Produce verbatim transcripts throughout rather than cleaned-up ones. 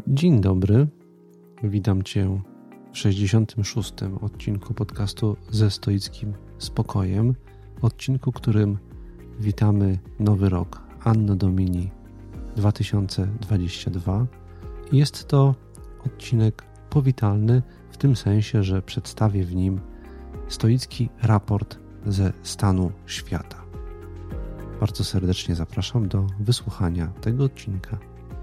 Dzień dobry, witam Cię w sześćdziesiątym szóstym odcinku podcastu Ze Stoickim Spokojem, odcinku, którym witamy nowy rok Anno Domini dwa tysiące dwudziesty drugi. Jest to odcinek powitalny w tym sensie, że przedstawię w nim stoicki raport ze stanu świata. Bardzo serdecznie zapraszam do wysłuchania tego odcinka.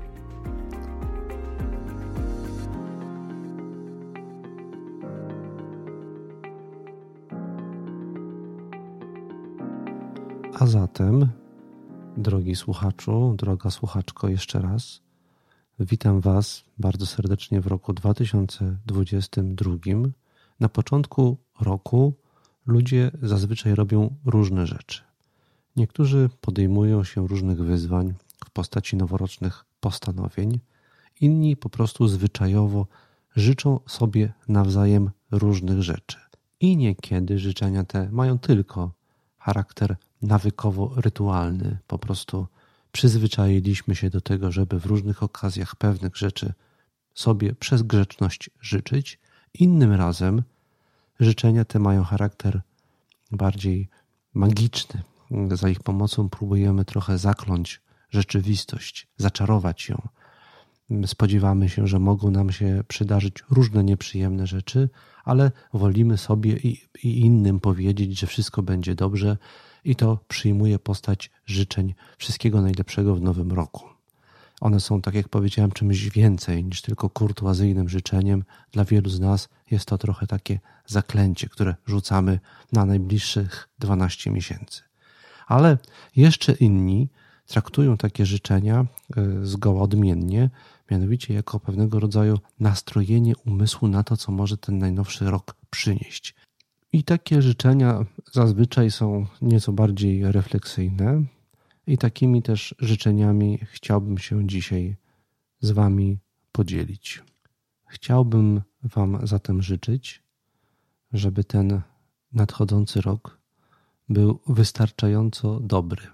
A zatem, drogi słuchaczu, droga słuchaczko, jeszcze raz witam Was bardzo serdecznie w roku dwa tysiące dwudziestym drugim. Na początku roku ludzie zazwyczaj robią różne rzeczy. Niektórzy podejmują się różnych wyzwań w postaci noworocznych postanowień, inni po prostu zwyczajowo życzą sobie nawzajem różnych rzeczy. I niekiedy życzenia te mają tylko charakter nawykowo-rytualny. Po prostu przyzwyczailiśmy się do tego, żeby w różnych okazjach pewnych rzeczy sobie przez grzeczność życzyć. Innym razem życzenia te mają charakter bardziej magiczny. Za ich pomocą próbujemy trochę zakląć rzeczywistość, zaczarować ją. Spodziewamy się, że mogą nam się przydarzyć różne nieprzyjemne rzeczy, ale wolimy sobie i, i innym powiedzieć, że wszystko będzie dobrze i to przyjmuje postać życzeń wszystkiego najlepszego w nowym roku. One są, tak jak powiedziałem, czymś więcej niż tylko kurtuazyjnym życzeniem. Dla wielu z nas jest to trochę takie zaklęcie, które rzucamy na najbliższych dwanaście miesięcy. Ale jeszcze inni traktują takie życzenia zgoła odmiennie, mianowicie jako pewnego rodzaju nastrojenie umysłu na to, co może ten najnowszy rok przynieść. I takie życzenia zazwyczaj są nieco bardziej refleksyjne i takimi też życzeniami chciałbym się dzisiaj z Wami podzielić. Chciałbym Wam zatem życzyć, żeby ten nadchodzący rok był wystarczająco dobry.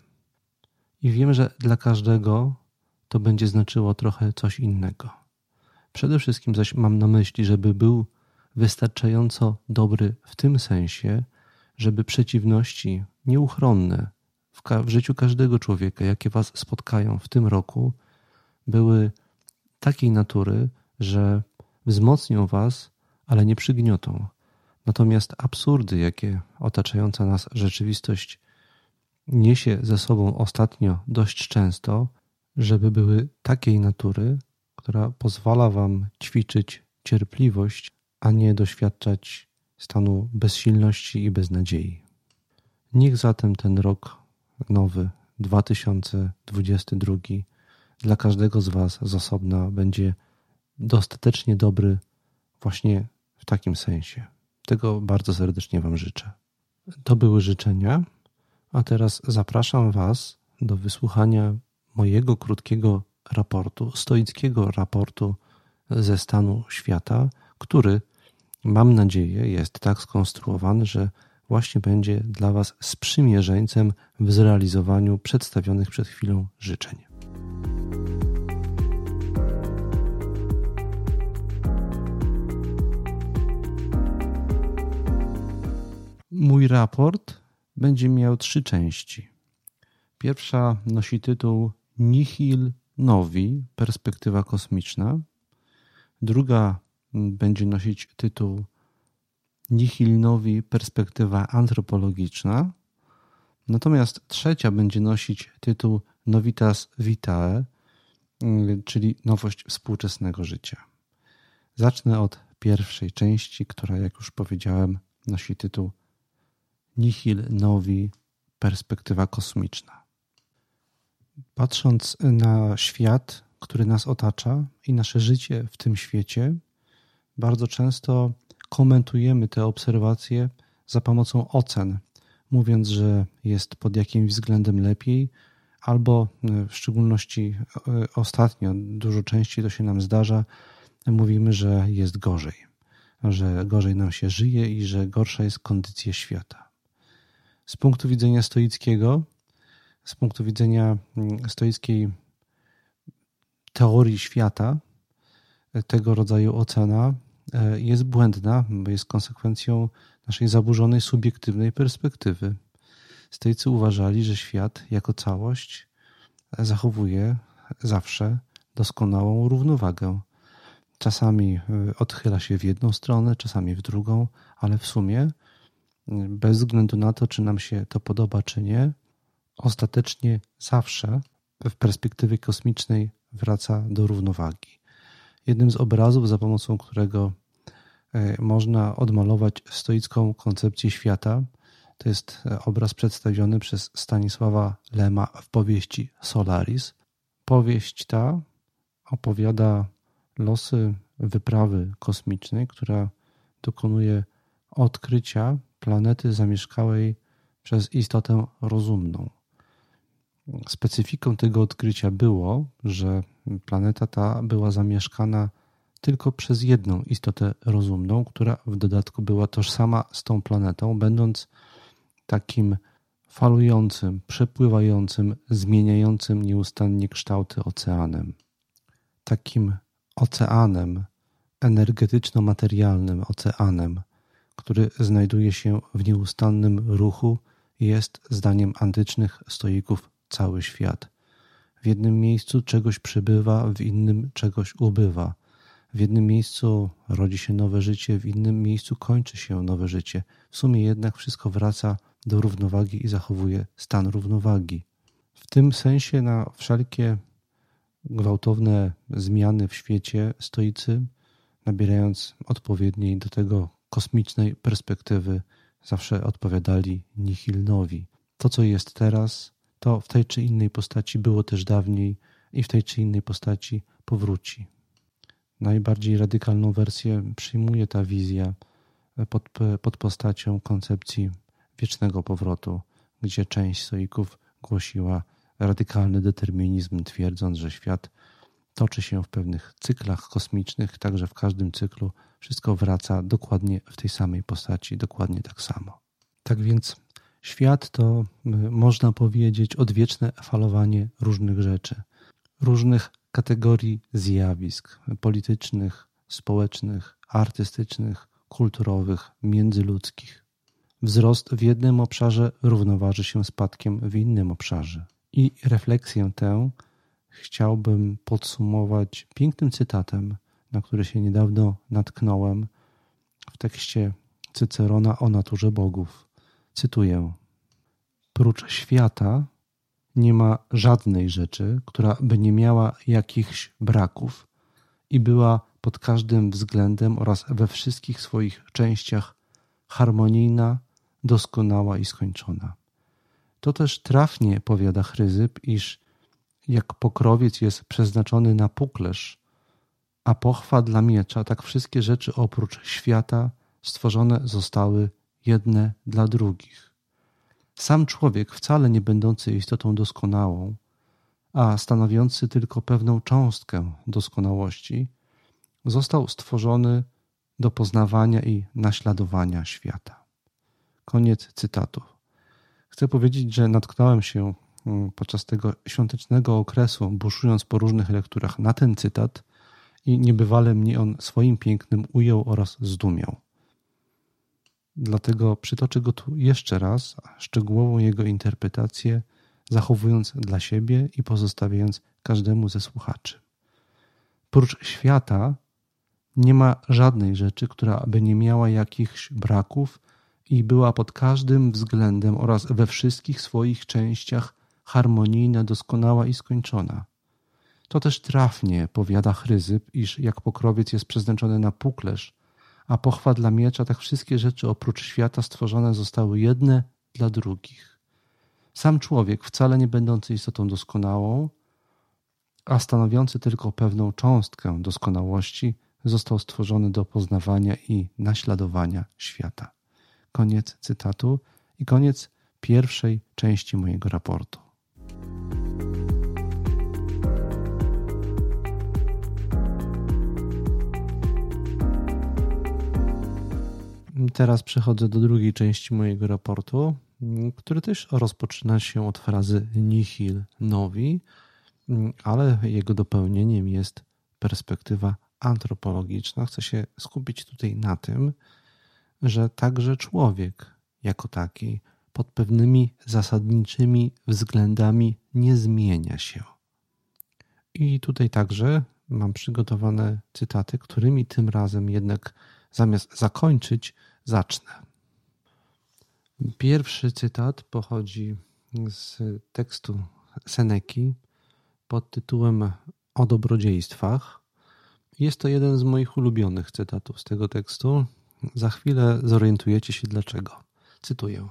I wiem, że dla każdego to będzie znaczyło trochę coś innego. Przede wszystkim zaś mam na myśli, żeby był wystarczająco dobry w tym sensie, żeby przeciwności nieuchronne w, ka- w życiu każdego człowieka, jakie Was spotkają w tym roku, były takiej natury, że wzmocnią Was, ale nie przygniotą. Natomiast absurdy, jakie otaczająca nas rzeczywistość niesie ze sobą ostatnio dość często, żeby były takiej natury, która pozwala Wam ćwiczyć cierpliwość, a nie doświadczać stanu bezsilności i beznadziei. Niech zatem ten rok nowy, dwa tysiące dwudziesty drugi, dla każdego z Was z osobna będzie dostatecznie dobry właśnie w takim sensie. Tego bardzo serdecznie Wam życzę. To były życzenia, a teraz zapraszam Was do wysłuchania mojego krótkiego raportu, stoickiego raportu ze stanu świata, który, mam nadzieję, jest tak skonstruowany, że właśnie będzie dla Was sprzymierzeńcem w zrealizowaniu przedstawionych przed chwilą życzeń. Mój raport będzie miał trzy części. Pierwsza nosi tytuł Nihil Novi, perspektywa kosmiczna. Druga będzie nosić tytuł Nihil Novi, perspektywa antropologiczna. Natomiast trzecia będzie nosić tytuł Novitas Vitae, czyli nowość współczesnego życia. Zacznę od pierwszej części, która, jak już powiedziałem, nosi tytuł Nihil Novi, perspektywa kosmiczna. Patrząc na świat, który nas otacza i nasze życie w tym świecie, bardzo często komentujemy te obserwacje za pomocą ocen, mówiąc, że jest pod jakimś względem lepiej, albo w szczególności ostatnio, dużo częściej to się nam zdarza, mówimy, że jest gorzej, że gorzej nam się żyje i że gorsza jest kondycja świata. Z punktu widzenia stoickiego, z punktu widzenia stoickiej teorii świata, tego rodzaju ocena jest błędna, bo jest konsekwencją naszej zaburzonej, subiektywnej perspektywy. Stoicy uważali, że świat jako całość zachowuje zawsze doskonałą równowagę. Czasami odchyla się w jedną stronę, czasami w drugą, ale w sumie, bez względu na to, czy nam się to podoba, czy nie, ostatecznie zawsze w perspektywie kosmicznej wraca do równowagi. Jednym z obrazów, za pomocą którego można odmalować stoicką koncepcję świata, to jest obraz przedstawiony przez Stanisława Lema w powieści Solaris. Powieść ta opowiada losy wyprawy kosmicznej, która dokonuje odkrycia planety zamieszkałej przez istotę rozumną. Specyfiką tego odkrycia było, że planeta ta była zamieszkana tylko przez jedną istotę rozumną, która w dodatku była tożsama z tą planetą, będąc takim falującym, przepływającym, zmieniającym nieustannie kształty oceanem. Takim oceanem, energetyczno-materialnym oceanem, który znajduje się w nieustannym ruchu, jest, zdaniem antycznych stoików, cały świat. W jednym miejscu czegoś przybywa, w innym czegoś ubywa. W jednym miejscu rodzi się nowe życie, w innym miejscu kończy się nowe życie. W sumie jednak wszystko wraca do równowagi i zachowuje stan równowagi. W tym sensie na wszelkie gwałtowne zmiany w świecie stoicy, nabierając odpowiedniej do tego kosmicznej perspektywy, zawsze odpowiadali nihilnowi. To, co jest teraz, to w tej czy innej postaci było też dawniej i w tej czy innej postaci powróci. Najbardziej radykalną wersję przyjmuje ta wizja pod, pod postacią koncepcji wiecznego powrotu, gdzie część stoików głosiła radykalny determinizm, twierdząc, że świat toczy się w pewnych cyklach kosmicznych, także w każdym cyklu wszystko wraca dokładnie w tej samej postaci, dokładnie tak samo. Tak więc świat to, można powiedzieć, odwieczne falowanie różnych rzeczy, różnych kategorii zjawisk politycznych, społecznych, artystycznych, kulturowych, międzyludzkich. Wzrost w jednym obszarze równoważy się spadkiem w innym obszarze. I refleksję tę chciałbym podsumować pięknym cytatem, na który się niedawno natknąłem w tekście Cycerona o naturze bogów. Cytuję: prócz świata nie ma żadnej rzeczy, która by nie miała jakichś braków i była pod każdym względem oraz we wszystkich swoich częściach harmonijna, doskonała i skończona. To też trafnie powiada Chryzyp, iż jak pokrowiec jest przeznaczony na puklerz, a pochwa dla miecza, tak wszystkie rzeczy oprócz świata stworzone zostały jedne dla drugich. Sam człowiek, wcale nie będący istotą doskonałą, a stanowiący tylko pewną cząstkę doskonałości, został stworzony do poznawania i naśladowania świata. Koniec cytatu. Chcę powiedzieć, że natknąłem się podczas tego świątecznego okresu, buszując po różnych lekturach, na ten cytat i niebywale mnie on swoim pięknem ujął oraz zdumiał. Dlatego przytoczę go tu jeszcze raz, szczegółową jego interpretację, zachowując dla siebie i pozostawiając każdemu ze słuchaczy. Prócz świata nie ma żadnej rzeczy, która by nie miała jakichś braków i była pod każdym względem oraz we wszystkich swoich częściach harmonijna, doskonała i skończona. To też trafnie powiada Chryzyp, iż jak pokrowiec jest przeznaczony na puklerz, a pochwa dla miecza, tak wszystkie rzeczy oprócz świata stworzone zostały jedne dla drugich. Sam człowiek, wcale nie będący istotą doskonałą, a stanowiący tylko pewną cząstkę doskonałości, został stworzony do poznawania i naśladowania świata. Koniec cytatu i koniec pierwszej części mojego raportu. Teraz przechodzę do drugiej części mojego raportu, który też rozpoczyna się od frazy nihil novi, ale jego dopełnieniem jest perspektywa antropologiczna chce się skupić tutaj na tym, że także człowiek jako taki pod pewnymi zasadniczymi względami nie zmienia się. I tutaj także mam przygotowane cytaty, którymi tym razem jednak zamiast zakończyć, zacznę. Pierwszy cytat pochodzi z tekstu Seneki pod tytułem O dobrodziejstwach. Jest to jeden z moich ulubionych cytatów z tego tekstu. Za chwilę zorientujecie się dlaczego. Cytuję.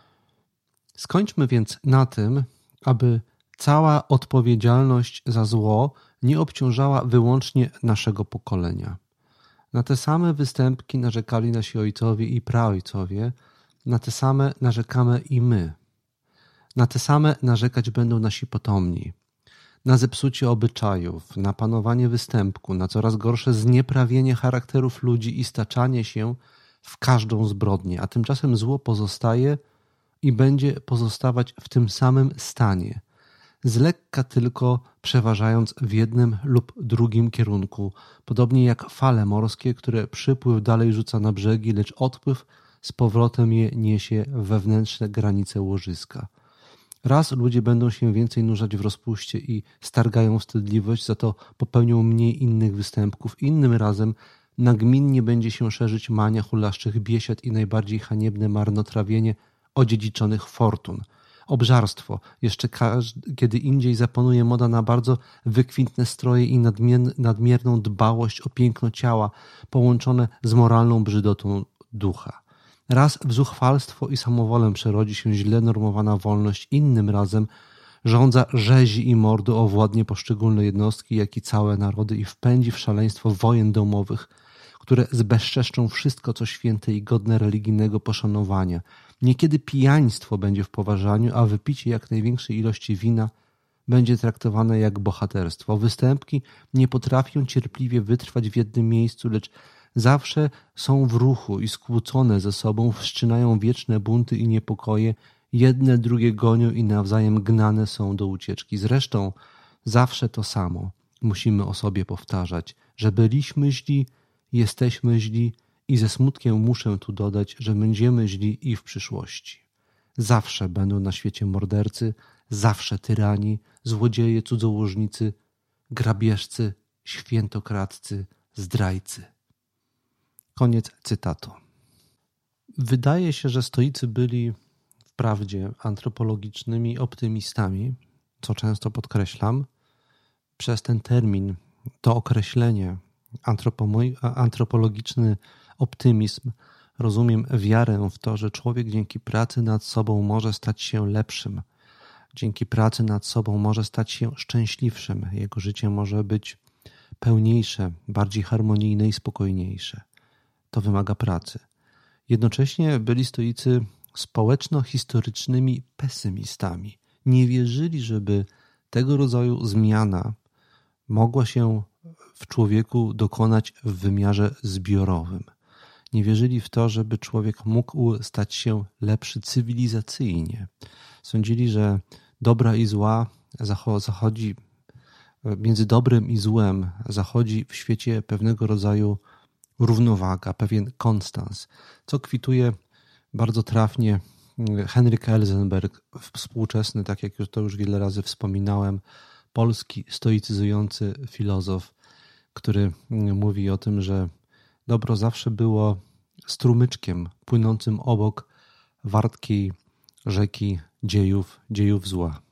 Skończmy więc na tym, aby cała odpowiedzialność za zło nie obciążała wyłącznie naszego pokolenia. Na te same występki narzekali nasi ojcowie i praojcowie, na te same narzekamy i my. Na te same narzekać będą nasi potomni. Na zepsucie obyczajów, na panowanie występku, na coraz gorsze znieprawienie charakterów ludzi i staczanie się w każdą zbrodnię, a tymczasem zło pozostaje i będzie pozostawać w tym samym stanie, z lekka tylko przeważając w jednym lub drugim kierunku, podobnie jak fale morskie, które przypływ dalej rzuca na brzegi, lecz odpływ z powrotem je niesie w wewnętrzne granice łożyska. Raz ludzie będą się więcej nurzać w rozpuście i stargają wstydliwość, za to popełnią mniej innych występków. Innym razem nagminnie będzie się szerzyć mania hulaszczych biesiad i najbardziej haniebne marnotrawienie odziedziczonych fortun. Obżarstwo, jeszcze kiedy indziej zapanuje moda na bardzo wykwintne stroje i nadmier- nadmierną dbałość o piękno ciała, połączone z moralną brzydotą ducha. Raz w zuchwalstwo i samowolę przerodzi się źle normowana wolność, innym razem żądza rzezi i mordu owładnie poszczególne jednostki, jak i całe narody i wpędzi w szaleństwo wojen domowych, które zbezczeszczą wszystko, co święte i godne religijnego poszanowania. Niekiedy pijaństwo będzie w poważaniu, a wypicie jak największej ilości wina będzie traktowane jak bohaterstwo. Występki nie potrafią cierpliwie wytrwać w jednym miejscu, lecz zawsze są w ruchu i skłócone ze sobą, wszczynają wieczne bunty i niepokoje, jedne drugie gonią i nawzajem gnane są do ucieczki. Zresztą zawsze to samo musimy o sobie powtarzać, że byliśmy źli, jesteśmy źli i ze smutkiem muszę tu dodać, że będziemy źli i w przyszłości. Zawsze będą na świecie mordercy, zawsze tyrani, złodzieje, cudzołożnicy, grabieżcy, świętokradcy, zdrajcy. Koniec cytatu. Wydaje się, że stoicy byli wprawdzie antropologicznymi optymistami, co często podkreślam. Przez ten termin, to określenie antropologiczny optymizm rozumiem wiarę w to, że człowiek dzięki pracy nad sobą może stać się lepszym. Dzięki pracy nad sobą może stać się szczęśliwszym. Jego życie może być pełniejsze, bardziej harmonijne i spokojniejsze. To wymaga pracy. Jednocześnie byli stoicy społeczno-historycznymi pesymistami. Nie wierzyli, żeby tego rodzaju zmiana mogła się w człowieku dokonać w wymiarze zbiorowym. Nie wierzyli w to, żeby człowiek mógł stać się lepszy cywilizacyjnie. Sądzili, że dobra i zła zachodzi, między dobrem i złem zachodzi w świecie pewnego rodzaju równowaga, pewien konstans, co kwituje bardzo trafnie Henryk Elzenberg, współczesny, tak jak już to już wiele razy wspominałem, polski stoicyzujący filozof, który mówi o tym, że dobro zawsze było strumyczkiem płynącym obok wartkiej rzeki dziejów, dziejów zła.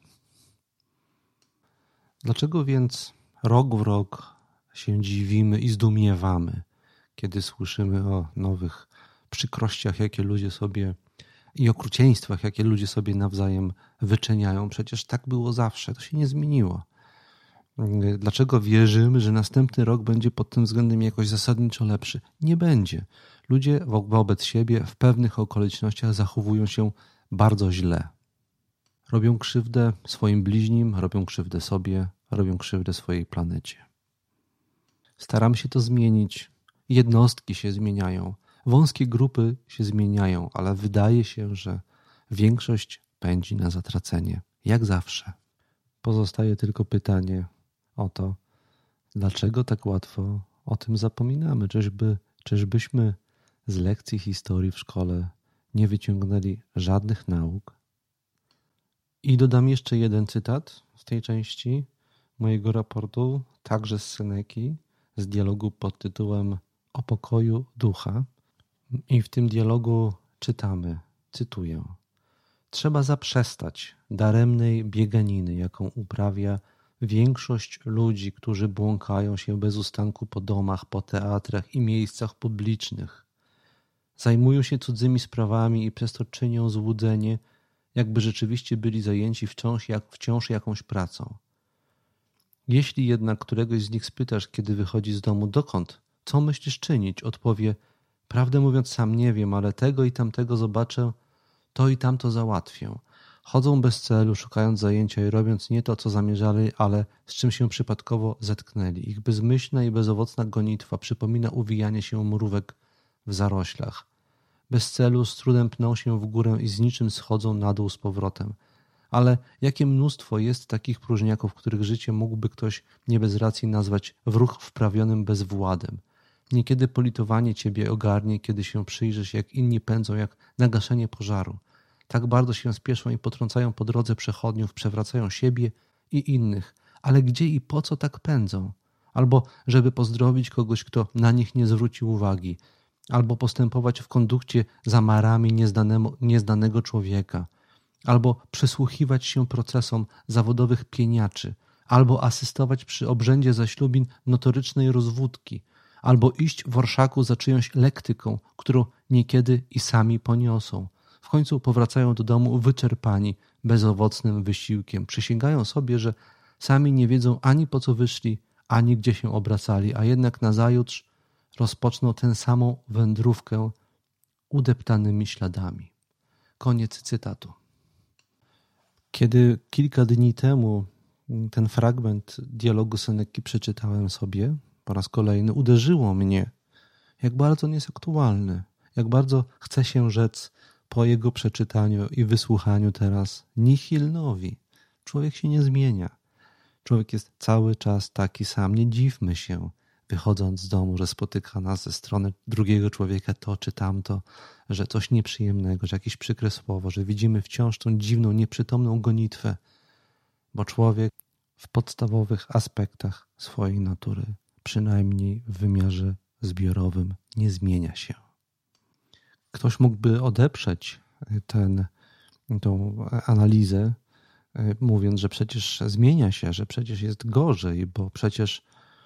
Dlaczego więc rok w rok się dziwimy i zdumiewamy, kiedy słyszymy o nowych przykrościach, jakie ludzie sobie i okrucieństwach, jakie ludzie sobie nawzajem wyczyniają? Przecież tak było zawsze, to się nie zmieniło. Dlaczego wierzymy, że następny rok będzie pod tym względem jakoś zasadniczo lepszy? Nie będzie. Ludzie wobec siebie w pewnych okolicznościach zachowują się bardzo źle. Robią krzywdę swoim bliźnim, robią krzywdę sobie, robią krzywdę swojej planecie. Staramy się to zmienić. Jednostki się zmieniają, wąskie grupy się zmieniają, ale wydaje się, że większość pędzi na zatracenie, jak zawsze. Pozostaje tylko pytanie o to, dlaczego tak łatwo o tym zapominamy. Czyżby, czyżbyśmy z lekcji historii w szkole nie wyciągnęli żadnych nauk? I dodam jeszcze jeden cytat z tej części mojego raportu, także z Seneki, z dialogu pod tytułem O pokoju ducha. I w tym dialogu czytamy, cytuję: Trzeba zaprzestać daremnej bieganiny, jaką uprawia większość ludzi, którzy błąkają się bez ustanku po domach, po teatrach i miejscach publicznych. Zajmują się cudzymi sprawami i przez to czynią złudzenie, jakby rzeczywiście byli zajęci wciąż, jak, wciąż jakąś pracą. Jeśli jednak któregoś z nich spytasz, kiedy wychodzi z domu, dokąd, co myślisz czynić, odpowie: prawdę mówiąc, sam nie wiem, ale tego i tamtego zobaczę, to i tamto załatwię. Chodzą bez celu, szukając zajęcia i robiąc nie to, co zamierzali, ale z czym się przypadkowo zetknęli. Ich bezmyślna i bezowocna gonitwa przypomina uwijanie się mrówek w zaroślach. Bez celu z trudem pną się w górę i z niczym schodzą na dół z powrotem. Ale jakie mnóstwo jest takich próżniaków, których życie mógłby ktoś nie bez racji nazwać w ruch wprawionym bezwładem. Niekiedy politowanie ciebie ogarnie, kiedy się przyjrzysz, jak inni pędzą, jak na gaszenie pożaru. Tak bardzo się spieszą i potrącają po drodze przechodniów, przewracają siebie i innych. Ale gdzie i po co tak pędzą? Albo żeby pozdrowić kogoś, kto na nich nie zwrócił uwagi. Albo postępować w kondukcie za marami nieznanego człowieka. Albo przysłuchiwać się procesom zawodowych pieniaczy. Albo asystować przy obrzędzie zaślubin notorycznej rozwódki. Albo iść w orszaku za czyjąś lektyką, którą niekiedy i sami poniosą. W końcu powracają do domu wyczerpani, bezowocnym wysiłkiem. Przysięgają sobie, że sami nie wiedzą ani po co wyszli, ani gdzie się obracali, a jednak nazajutrz rozpoczną tę samą wędrówkę udeptanymi śladami. Koniec cytatu. Kiedy kilka dni temu ten fragment dialogu Seneki przeczytałem sobie po raz kolejny, uderzyło mnie, jak bardzo on jest aktualny, jak bardzo chce się rzec po jego przeczytaniu i wysłuchaniu teraz nihil novi. Człowiek się nie zmienia. Człowiek jest cały czas taki sam. Nie dziwmy się, wychodząc z domu, że spotyka nas ze strony drugiego człowieka to czy tamto, że coś nieprzyjemnego, że jakieś przykre słowo, że widzimy wciąż tą dziwną, nieprzytomną gonitwę, bo człowiek w podstawowych aspektach swojej natury, przynajmniej w wymiarze zbiorowym, nie zmienia się. Ktoś mógłby odeprzeć ten, tą analizę, mówiąc, że przecież zmienia się, że przecież jest gorzej, bo przecież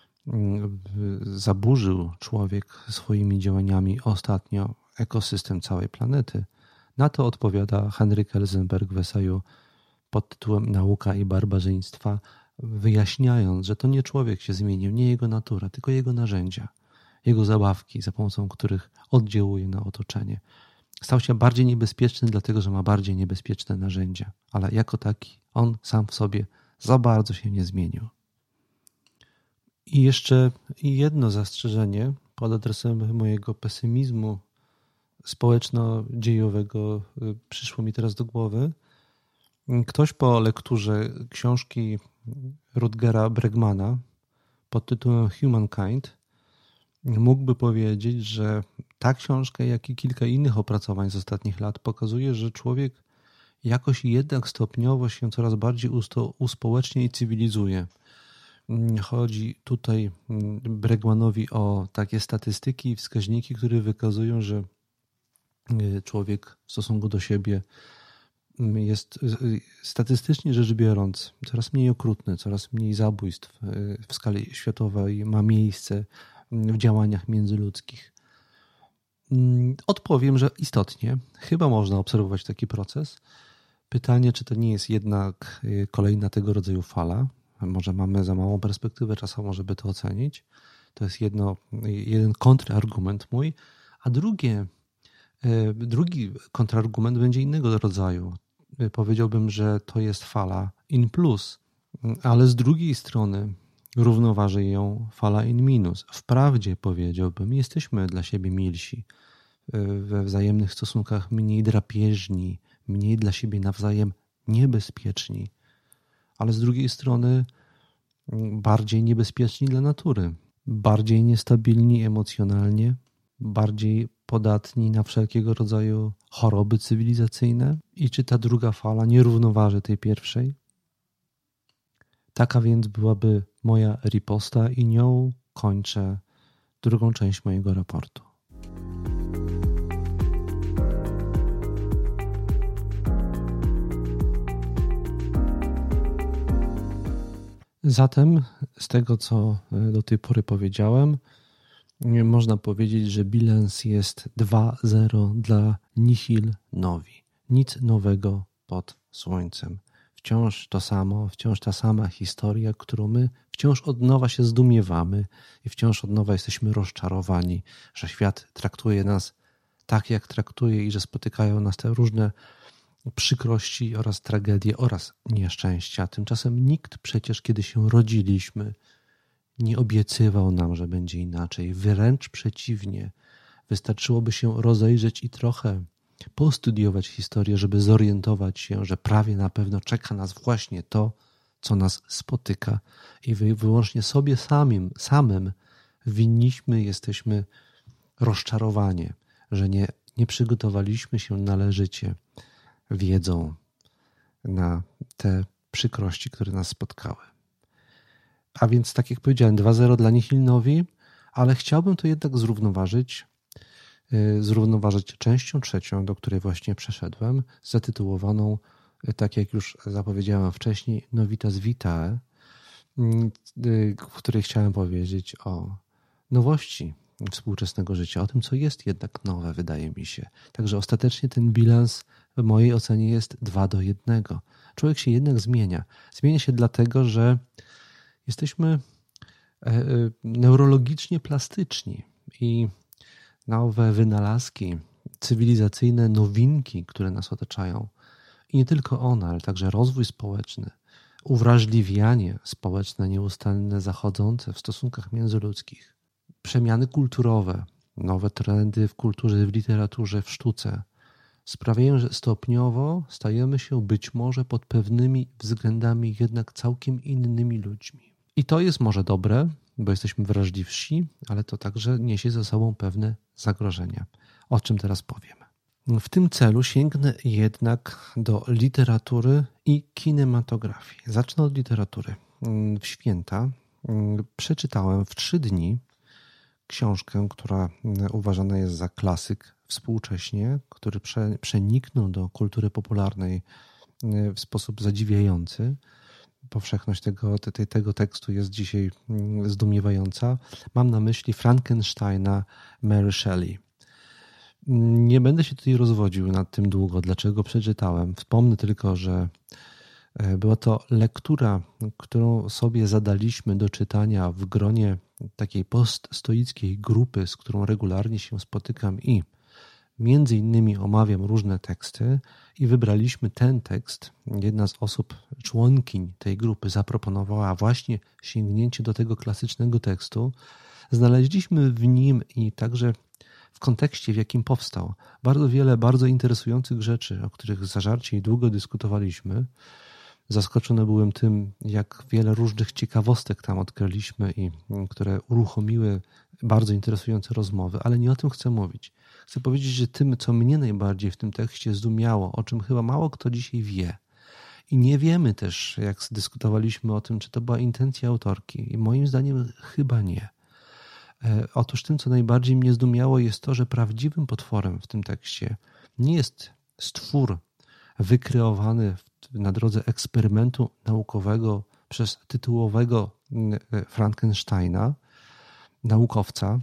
zaburzył człowiek swoimi działaniami ostatnio ekosystem całej planety. Na to odpowiada Henryk Elzenberg w eseju pod tytułem Nauka i barbarzyństwa, wyjaśniając, że to nie człowiek się zmienił, nie jego natura, tylko jego narzędzia, jego zabawki, za pomocą których oddziałuje na otoczenie. Stał się bardziej niebezpieczny, dlatego że ma bardziej niebezpieczne narzędzia, ale jako taki on sam w sobie za bardzo się nie zmienił. I jeszcze jedno zastrzeżenie pod adresem mojego pesymizmu społeczno-dziejowego przyszło mi teraz do głowy. Ktoś po lekturze książki Rutgera Bregmana pod tytułem Humankind mógłby powiedzieć, że ta książka, jak i kilka innych opracowań z ostatnich lat pokazuje, że człowiek jakoś jednak stopniowo się coraz bardziej uspołecznia i cywilizuje. Chodzi tutaj Bregmanowi o takie statystyki i wskaźniki, które wykazują, że człowiek w stosunku do siebie jest statystycznie rzecz biorąc coraz mniej okrutny, coraz mniej zabójstw w skali światowej ma miejsce w działaniach międzyludzkich. Odpowiem, że istotnie, chyba można obserwować taki proces. Pytanie, czy to nie jest jednak kolejna tego rodzaju fala. Może mamy za małą perspektywę czasową, żeby to ocenić. To jest jedno, jeden kontrargument mój. A drugie, drugi kontrargument będzie innego rodzaju. Powiedziałbym, że to jest fala in plus, ale z drugiej strony równoważy ją fala in minus. Wprawdzie powiedziałbym, jesteśmy dla siebie milsi, we wzajemnych stosunkach mniej drapieżni, mniej dla siebie nawzajem niebezpieczni, ale z drugiej strony bardziej niebezpieczni dla natury. bardziej niestabilni emocjonalnie, bardziej podatni na wszelkiego rodzaju choroby cywilizacyjne i czy ta druga fala nie równoważy tej pierwszej? Taka więc byłaby moja riposta i nią kończę drugą część mojego raportu. Zatem z tego, co do tej pory powiedziałem, można powiedzieć, że bilans jest dwa zero dla nihil novi. Nic nowego pod słońcem. Wciąż to samo, wciąż ta sama historia, którą my wciąż od nowa się zdumiewamy i wciąż od nowa jesteśmy rozczarowani, że świat traktuje nas tak, jak traktuje i że spotykają nas te różne przykrości oraz tragedie oraz nieszczęścia. Tymczasem nikt przecież, kiedy się rodziliśmy, nie obiecywał nam, że będzie inaczej. Wręcz przeciwnie. Wystarczyłoby się rozejrzeć i trochę postudiować historię, żeby zorientować się, że prawie na pewno czeka nas właśnie to, co nas spotyka i wy, wyłącznie sobie samym, samym winniśmy, jesteśmy rozczarowani, że nie, nie przygotowaliśmy się należycie wiedzą na te przykrości, które nas spotkały. A więc, tak jak powiedziałem, dwa zero dla nihil novi, ale chciałbym to jednak zrównoważyć, yy, zrównoważyć częścią trzecią, do której właśnie przeszedłem, zatytułowaną, tak jak już zapowiedziałem wcześniej, Novitas Vitae, yy, w której chciałem powiedzieć o nowości współczesnego życia, o tym, co jest jednak nowe, wydaje mi się. Także ostatecznie ten bilans w mojej ocenie jest dwa do jednego. Człowiek się jednak zmienia. Zmienia się dlatego, że jesteśmy neurologicznie plastyczni i nowe wynalazki, cywilizacyjne nowinki, które nas otaczają i nie tylko one, ale także rozwój społeczny, uwrażliwianie społeczne nieustanne zachodzące w stosunkach międzyludzkich, przemiany kulturowe, nowe trendy w kulturze, w literaturze, w sztuce sprawiają, że stopniowo stajemy się być może pod pewnymi względami jednak całkiem innymi ludźmi. I to jest może dobre, bo jesteśmy wrażliwsi, ale to także niesie ze sobą pewne zagrożenia, o czym teraz powiem. W tym celu sięgnę jednak do literatury i kinematografii. Zacznę od literatury. W święta przeczytałem w trzy dni książkę, która uważana jest za klasyk współcześnie, który prze, przeniknął do kultury popularnej w sposób zadziwiający. Powszechność tego, te, tego tekstu jest dzisiaj zdumiewająca. Mam na myśli Frankensteina Mary Shelley. Nie będę się tutaj rozwodził nad tym długo, dlaczego przeczytałem. Wspomnę tylko, że była to lektura, którą sobie zadaliśmy do czytania w gronie takiej poststoickiej grupy, z którą regularnie się spotykam i między innymi omawiam różne teksty i wybraliśmy ten tekst. Jedna z osób, członkiń tej grupy zaproponowała właśnie sięgnięcie do tego klasycznego tekstu. Znaleźliśmy w nim i także w kontekście, w jakim powstał, bardzo wiele bardzo interesujących rzeczy, o których zażarcie i długo dyskutowaliśmy. Zaskoczony byłem tym, jak wiele różnych ciekawostek tam odkryliśmy i które uruchomiły bardzo interesujące rozmowy, ale nie o tym chcę mówić. Chcę powiedzieć, że tym, co mnie najbardziej w tym tekście zdumiało, o czym chyba mało kto dzisiaj wie i nie wiemy też, jak dyskutowaliśmy o tym, czy to była intencja autorki i moim zdaniem chyba nie. Otóż tym, co najbardziej mnie zdumiało, jest to, że prawdziwym potworem w tym tekście nie jest stwór wykreowany na drodze eksperymentu naukowego przez tytułowego Frankensteina, naukowca,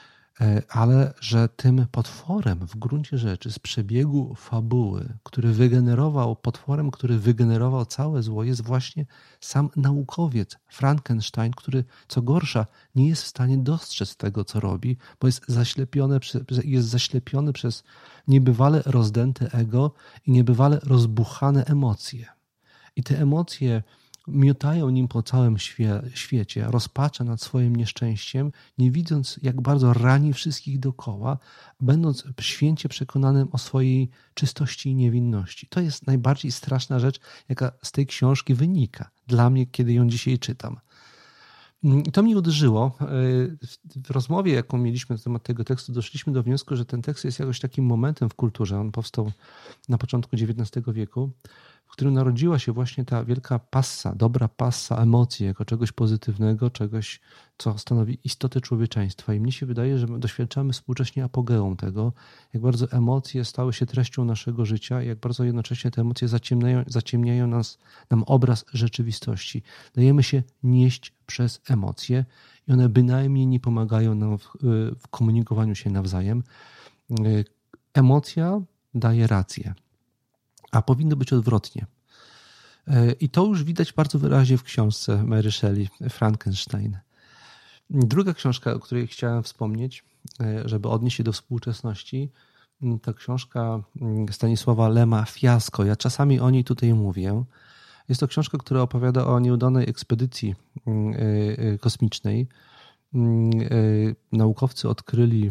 ale że tym potworem w gruncie rzeczy z przebiegu fabuły, który wygenerował, potworem, który wygenerował całe zło, jest właśnie sam naukowiec Frankenstein, który co gorsza nie jest w stanie dostrzec tego, co robi, bo jest zaślepiony, jest zaślepiony przez niebywale rozdęte ego i niebywale rozbuchane emocje. I te emocje miotają nim po całym świe, świecie, rozpacza nad swoim nieszczęściem, nie widząc, jak bardzo rani wszystkich dookoła, będąc święcie przekonanym o swojej czystości i niewinności. To jest najbardziej straszna rzecz, jaka z tej książki wynika dla mnie, kiedy ją dzisiaj czytam. I to mnie uderzyło. W rozmowie, jaką mieliśmy na temat tego tekstu, doszliśmy do wniosku, że ten tekst jest jakoś takim momentem w kulturze. On powstał na początku dziewiętnastego wieku, w którym narodziła się właśnie ta wielka passa, dobra passa emocji, jako czegoś pozytywnego, czegoś, co stanowi istotę człowieczeństwa. I mnie się wydaje, że doświadczamy współcześnie apogeum tego, jak bardzo emocje stały się treścią naszego życia i jak bardzo jednocześnie te emocje zaciemniają, zaciemniają nas, nam obraz rzeczywistości. Dajemy się nieść przez emocje i one bynajmniej nie pomagają nam w, w komunikowaniu się nawzajem. Emocja daje rację, a powinno być odwrotnie. I to już widać bardzo wyraźnie w książce Mary Shelley, Frankenstein. Druga książka, o której chciałem wspomnieć, żeby odnieść się do współczesności, to książka Stanisława Lema Fiasko. Ja czasami o niej tutaj mówię. Jest to książka, która opowiada o nieudanej ekspedycji kosmicznej. Naukowcy odkryli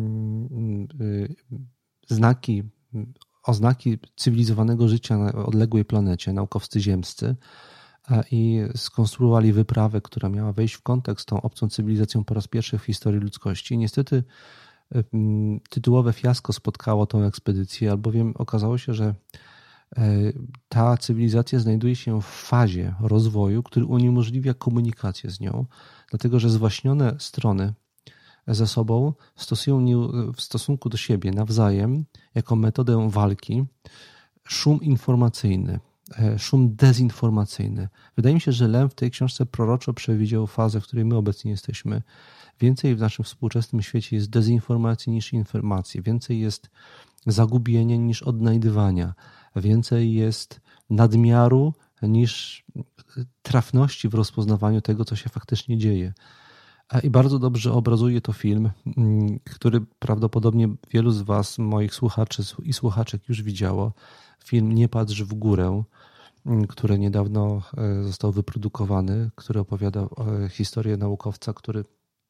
znaki, oznaki cywilizowanego życia na odległej planecie, naukowcy ziemscy, i skonstruowali wyprawę, która miała wejść w kontakt z tą obcą cywilizacją po raz pierwszy w historii ludzkości. Niestety tytułowe fiasko spotkało tą ekspedycję, albowiem okazało się, że ta cywilizacja znajduje się w fazie rozwoju, który uniemożliwia komunikację z nią, dlatego że zwaśnione strony ze sobą stosują w stosunku do siebie nawzajem jako metodę walki szum informacyjny, szum dezinformacyjny. Wydaje mi się, że Lem w tej książce proroczo przewidział fazę, w której my obecnie jesteśmy. Więcej w naszym współczesnym świecie jest dezinformacji niż informacji. Więcej jest zagubienia niż odnajdywania. Więcej jest nadmiaru niż trafności w rozpoznawaniu tego, co się faktycznie dzieje. I bardzo dobrze obrazuje to film, który prawdopodobnie wielu z was, moich słuchaczy i słuchaczek już widziało. Film Nie patrz w górę, który niedawno został wyprodukowany, który opowiada historię naukowca, który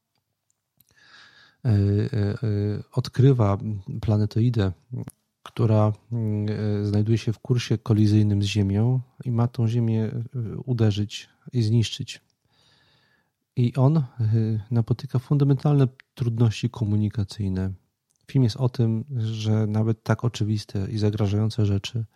odkrywa planetoidę, która znajduje się w kursie kolizyjnym z Ziemią i ma tą Ziemię uderzyć i zniszczyć. I on napotyka fundamentalne trudności komunikacyjne. Film jest o tym, że nawet tak oczywiste i zagrażające rzeczy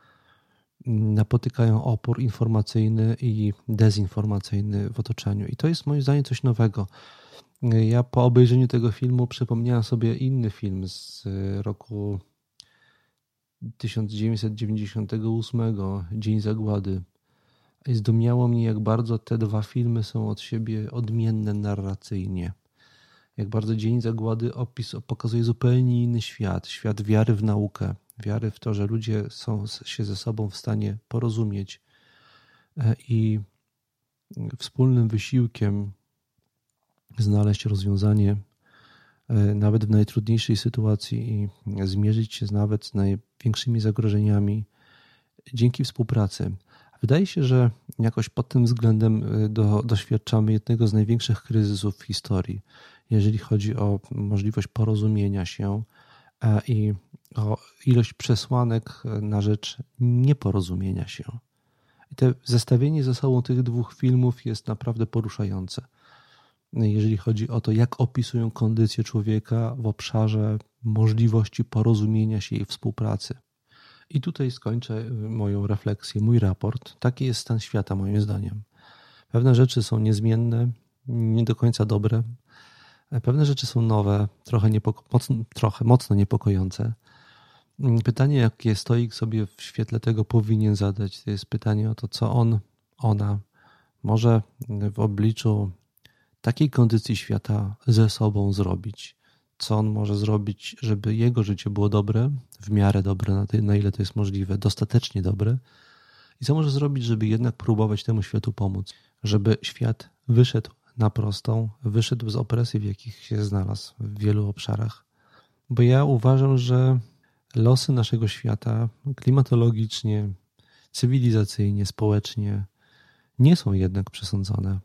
napotykają opór informacyjny i dezinformacyjny w otoczeniu. I to jest moim zdaniem coś nowego. Ja po obejrzeniu tego filmu przypomniałem sobie inny film z roku tysiąc dziewięćset dziewięćdziesiątego ósmego, Dzień Zagłady. I zdumiało mnie, jak bardzo te dwa filmy są od siebie odmienne narracyjnie. Jak bardzo Dzień Zagłady opis pokazuje zupełnie inny świat. Świat wiary w naukę. Wiary w to, że ludzie są się ze sobą w stanie porozumieć i wspólnym wysiłkiem znaleźć rozwiązanie nawet w najtrudniejszej sytuacji i zmierzyć się nawet z największymi zagrożeniami dzięki współpracy. Wydaje się, że jakoś pod tym względem do, doświadczamy jednego z największych kryzysów w historii, jeżeli chodzi o możliwość porozumienia się i o ilość przesłanek na rzecz nieporozumienia się. I to zestawienie ze sobą tych dwóch filmów jest naprawdę poruszające, jeżeli chodzi o to, jak opisują kondycję człowieka w obszarze możliwości porozumienia się i współpracy. I tutaj skończę moją refleksję, mój raport. Taki jest stan świata moim zdaniem. Pewne rzeczy są niezmienne, nie do końca dobre. Pewne rzeczy są nowe, trochę, niepoko- mocno, trochę mocno niepokojące. Pytanie, jakie stoik sobie w świetle tego powinien zadać, to jest pytanie o to, co on, ona może w obliczu takiej kondycji świata ze sobą zrobić. Co on może zrobić, żeby jego życie było dobre, w miarę dobre, na, ty, na ile to jest możliwe, dostatecznie dobre. I co może zrobić, żeby jednak próbować temu światu pomóc. Żeby świat wyszedł na prostą, wyszedł z opresji, w jakich się znalazł w wielu obszarach. Bo ja uważam, że losy naszego świata klimatologicznie, cywilizacyjnie, społecznie nie są jednak przesądzone.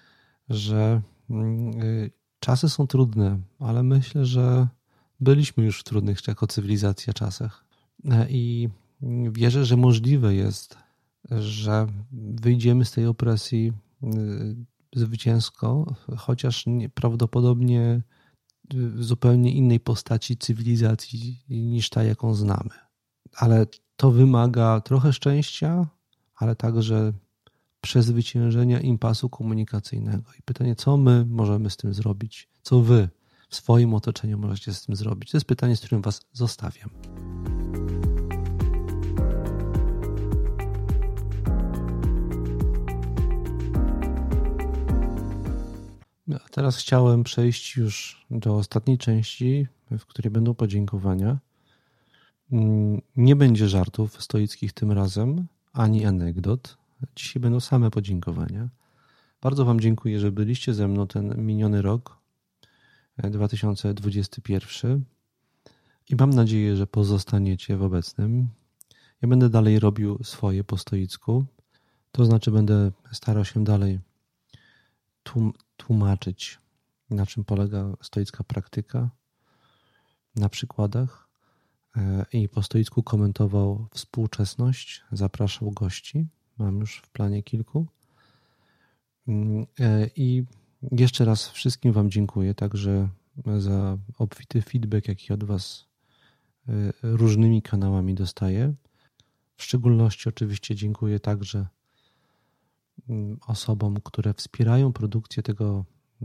Że yy, czasy są trudne, ale myślę, że byliśmy już w trudnych jako cywilizacja czasach. I wierzę, że możliwe jest, że wyjdziemy z tej opresji zwycięsko, chociaż nie, prawdopodobnie w zupełnie innej postaci cywilizacji niż ta, jaką znamy. Ale to wymaga trochę szczęścia, ale także przezwyciężenia impasu komunikacyjnego. I pytanie, co my możemy z tym zrobić? Co wy w swoim otoczeniu możecie z tym zrobić? To jest pytanie, z którym was zostawiam. A teraz chciałem przejść już do ostatniej części, w której będą podziękowania. Nie będzie żartów stoickich tym razem, ani anegdot. Dzisiaj będą same podziękowania. Bardzo wam dziękuję, że byliście ze mną ten miniony rok dwa tysiące dwudziesty pierwszy i mam nadzieję, że pozostaniecie w obecnym. Ja będę dalej robił swoje po stoicku, to znaczy będę starał się dalej tłumaczyć, na czym polega stoicka praktyka, na przykładach, i po stoicku komentował współczesność, zapraszał gości. Mam już w planie kilku. I jeszcze raz wszystkim wam dziękuję także za obfity feedback, jaki od was różnymi kanałami dostaję. W szczególności oczywiście dziękuję także osobom, które wspierają produkcję tego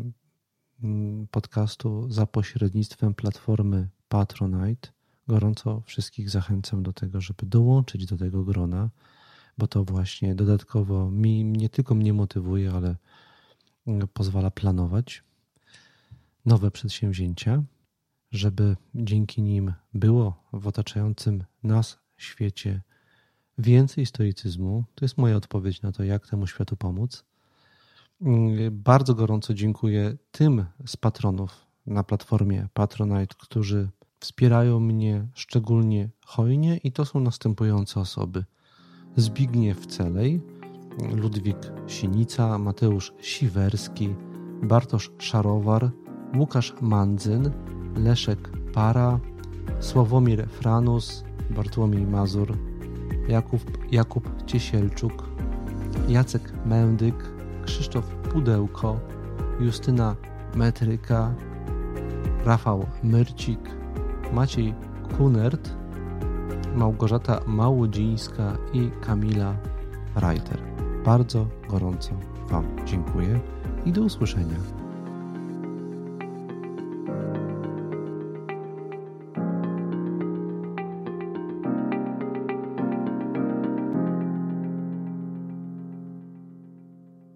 podcastu za pośrednictwem platformy Patronite. Gorąco wszystkich zachęcam do tego, żeby dołączyć do tego grona, bo to właśnie dodatkowo mi, nie tylko mnie motywuje, ale pozwala planować nowe przedsięwzięcia, żeby dzięki nim było w otaczającym nas świecie więcej stoicyzmu. To jest moja odpowiedź na to, jak temu światu pomóc. Bardzo gorąco dziękuję tym z patronów na platformie Patronite, którzy wspierają mnie szczególnie hojnie i to są następujące osoby. Zbigniew Celej, Ludwik Sinica, Mateusz Siwerski, Bartosz Szarowar, Łukasz Mandzyn, Leszek Para, Sławomir Franus, Bartłomiej Mazur, Jakub, Jakub Ciesielczuk, Jacek Mędyk, Krzysztof Pudełko, Justyna Metryka, Rafał Myrcik, Maciej Kunert, Małgorzata Małodzińska i Kamila Reiter. Bardzo gorąco wam dziękuję i do usłyszenia.